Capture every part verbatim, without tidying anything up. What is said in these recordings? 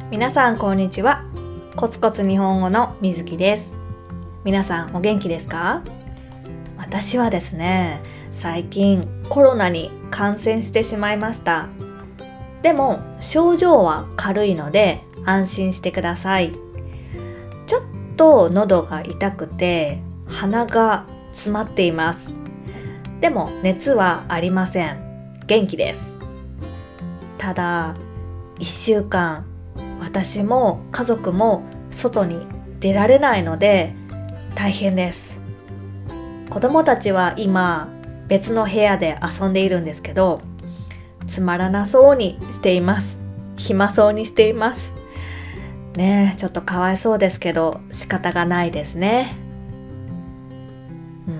皆さんこんにちは。コツコツ日本語のみずきです。皆さんお元気ですか？私はですね、最近コロナに感染してしまいました。でも症状は軽いので安心してください。ちょっと喉が痛くて鼻が詰まっています。でも熱はありません。元気です。ただいっしゅうかん私も家族も外に出られないので大変です。子供たちは今別の部屋で遊んでいるんですけど、つまらなそうにしています。暇そうにしています。ねえ、ちょっとかわいそうですけど仕方がないですね。うん、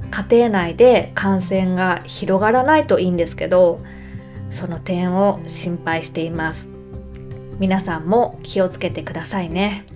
家庭内で感染が広がらないといいんですけど、その点を心配しています。皆さんも気をつけてくださいね。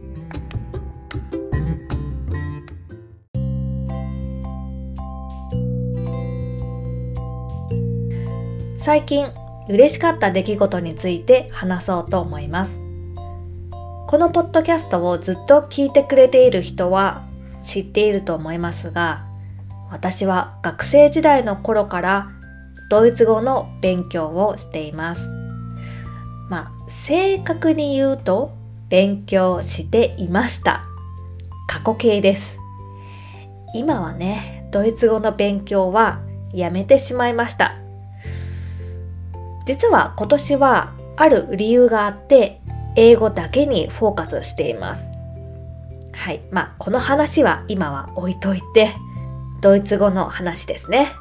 最近嬉しかった出来事について話そうと思います。このポッドキャストをずっと聞いてくれている人は知っていると思いますが、私は学生時代の頃からドイツ語の勉強をしています。まあ、正確に言うと勉強していました。過去形です。今はね、ドイツ語の勉強はやめてしまいました。実は今年はある理由があって英語だけにフォーカスしています。はい、まあこの話は今は置いといて、ドイツ語の話ですね。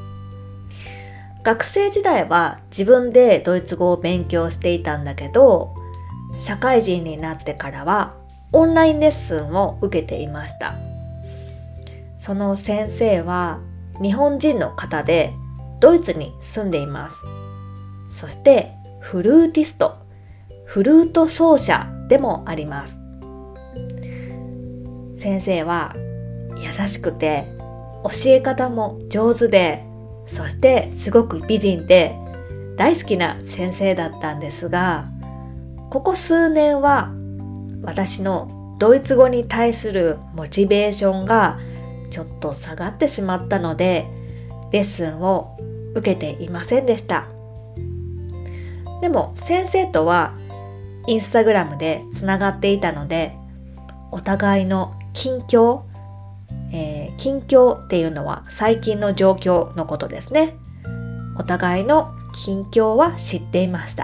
学生時代は自分でドイツ語を勉強していたんだけど、社会人になってからはオンラインレッスンを受けていました。その先生は日本人の方でドイツに住んでいます。そしてフルーティスト、フルート奏者でもあります。先生は優しくて教え方も上手で、そしてすごく美人で大好きな先生だったんですが、ここ数年は私のドイツ語に対するモチベーションがちょっと下がってしまったので、レッスンを受けていませんでした。でも先生とはインスタグラムでつながっていたので、お互いの近況、えー、近況っていうのは最近の状況のことですね。お互いの近況は知っていました。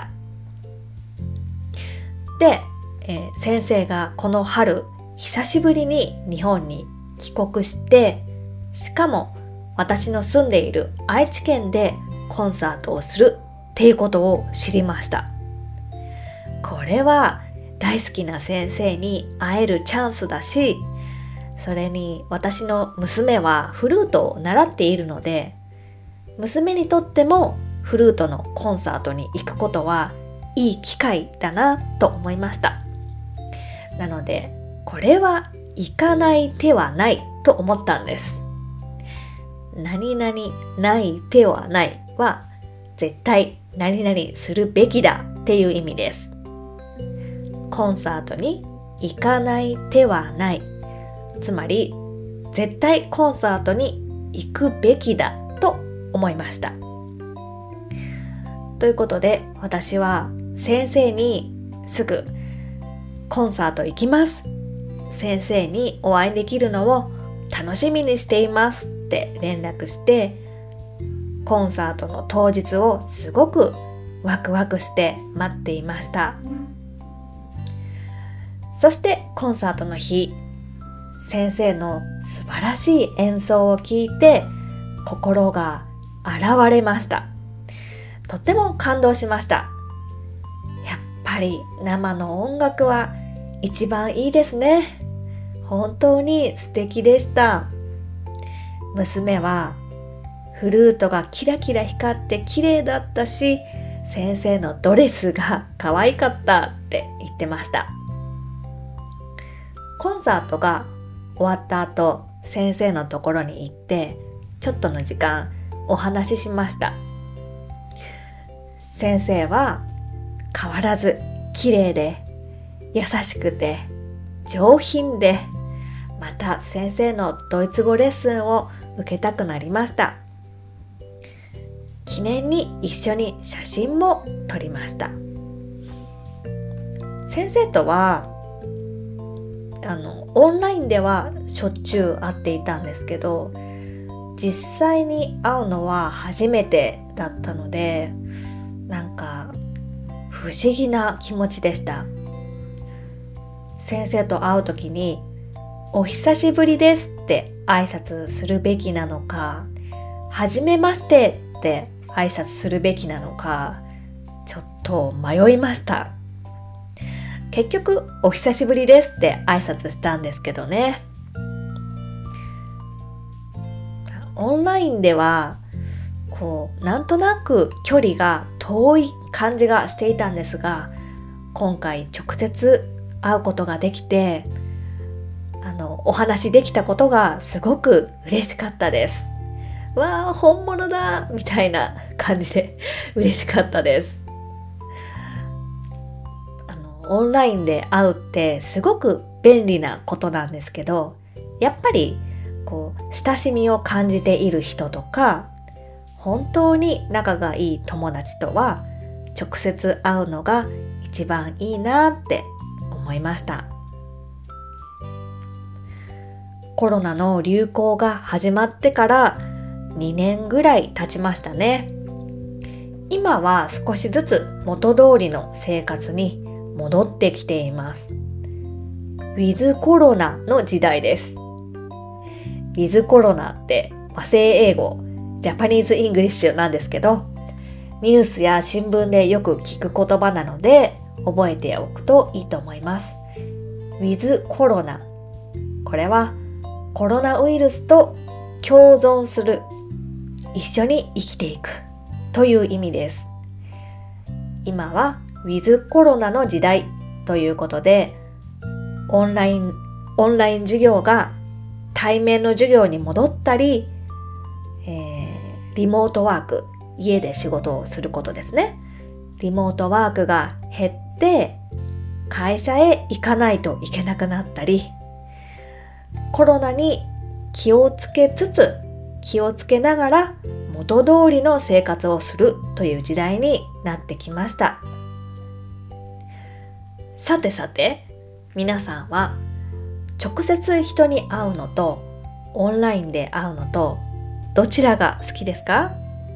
で、えー、先生がこの春久しぶりに日本に帰国して、しかも私の住んでいる愛知県でコンサートをするっていうことを知りました。これは大好きな先生に会えるチャンスだし、それに私の娘はフルートを習っているので、娘にとってもフルートのコンサートに行くことはいい機会だなと思いました。なのでこれは行かない手はないと思ったんです。何々ない手はないは絶対何々するべきだっていう意味です。コンサートに行かない手はない。つまり絶対コンサートに行くべきだと思いました。ということで私は先生にすぐコンサート行きます。先生にお会いできるのを楽しみにしていますって連絡して、コンサートの当日をすごくワクワクして待っていました。そしてコンサートの日、先生の素晴らしい演奏を聞いて心が洗われました。とても感動しました。やっぱり生の音楽は一番いいですね。本当に素敵でした。娘はフルートがキラキラ光って綺麗だったし、先生のドレスが可愛かったって言ってました。コンサートが終わった後、先生のところに行ってちょっとの時間お話ししました。先生は変わらず綺麗で優しくて上品で、また先生のドイツ語レッスンを受けたくなりました。記念に一緒に写真も撮りました。先生とはあのオンラインではしょっちゅう会っていたんですけど、実際に会うのは初めてだったので、なんか不思議な気持ちでした。先生と会うときにお久しぶりですって挨拶するべきなのか、はじめましてって挨拶するべきなのか、ちょっと迷いました。結局お久しぶりですって挨拶したんですけどね。オンラインではこうなんとなく距離が遠い感じがしていたんですが、今回直接会うことができて、あのお話できたことがすごく嬉しかったです。わー本物だみたいな感じで嬉しかったです。あのオンラインで会うってすごく便利なことなんですけど、やっぱりこう親しみを感じている人とか、本当に仲がいい友達とは直接会うのが一番いいなって思いました。コロナの流行が始まってからにねんぐらい経ちましたね。今は少しずつ元通りの生活に戻ってきています。ウィズコロナの時代です。ウィズコロナって和製英語、ジャパニーズイングリッシュなんですけど、ニュースや新聞でよく聞く言葉なので覚えておくといいと思います。ウィズコロナ。これはコロナウイルスと共存する、一緒に生きていくという意味です。今はウィズコロナの時代ということで、オンライン、オンライン授業が対面の授業に戻ったり、えー、リモートワーク、家で仕事をすることですね。リモートワークが減って会社へ行かないといけなくなったり、コロナに気をつけつつ気をつけながら元通りの生活をするという時代になってきました。さてさて、皆さんは直接人に会うのとオンラインで会うのとどちらが好きですか？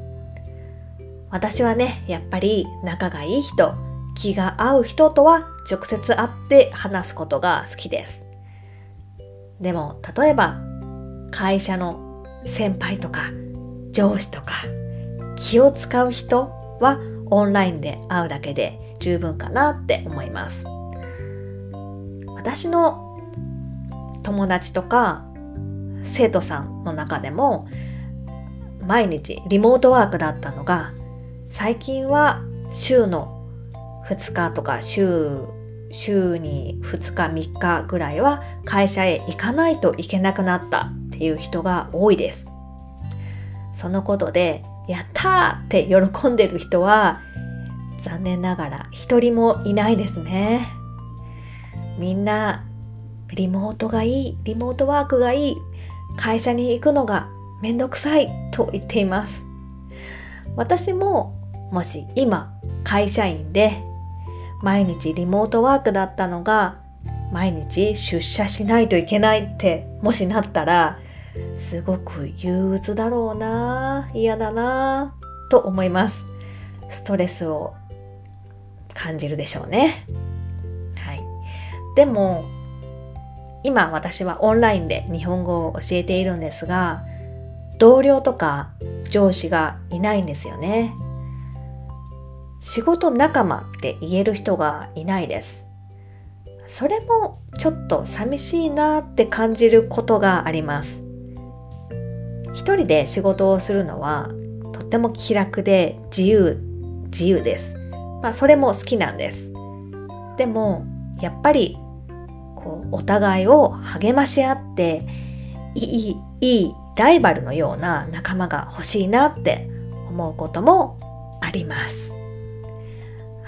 私はね、やっぱり仲がいい人、気が合う人とは直接会って話すことが好きです。でも例えば会社の先輩とか上司とか気を使う人はオンラインで会うだけで十分かなって思います。私の友達とか生徒さんの中でも毎日リモートワークだったのが、最近は週のふつかとか週週にふつかみっかぐらいは会社へ行かないといけなくなったっていう人が多いです。そのことでやったーって喜んでる人は残念ながら一人もいないですね。みんなリモートがいい、リモートワークがいい、会社に行くのがめんどくさいと言っています。私ももし今会社員で毎日リモートワークだったのが毎日出社しないといけないってもしなったら、すごく憂鬱だろうな、嫌だなと思います。ストレスを感じるでしょうね。はい。でも今私はオンラインで日本語を教えているんですが、同僚とか上司がいないんですよね。仕事仲間って言える人がいないです。それもちょっと寂しいなって感じることがあります。一人で仕事をするのはとっても気楽で自由、自由です。まあそれも好きなんです。でもやっぱりこうお互いを励まし合っていい、いいライバルのような仲間が欲しいなって思うこともあります。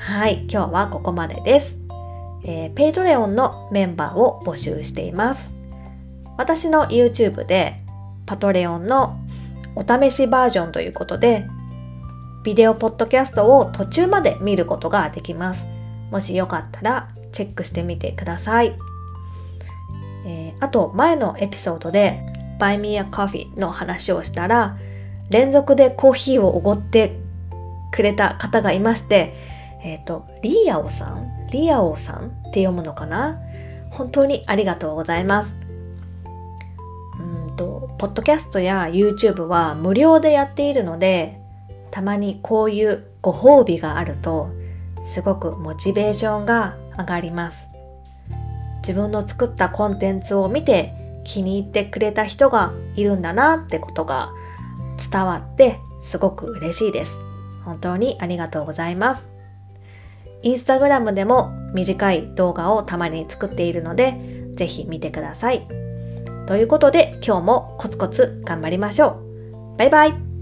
はい、今日はここまでです。えー、ペイトレオンのメンバーを募集しています。私の YouTube でパトレオンのお試しバージョンということで、ビデオポッドキャストを途中まで見ることができます。もしよかったらチェックしてみてください。えー、あと前のエピソードで Buy Me a Coffee の話をしたら、連続でコーヒーをおごってくれた方がいまして、えっと、リアオさんリアオさんって読むのかな。本当にありがとうございます。うんと、ポッドキャストや YouTube は無料でやっているので、たまにこういうご褒美があると、すごくモチベーションが上がります。自分の作ったコンテンツを見て気に入ってくれた人がいるんだなってことが伝わってすごく嬉しいです。本当にありがとうございます。インスタグラムでも短い動画をたまに作っているので、ぜひ見てください。ということで今日もコツコツ頑張りましょう。バイバイ。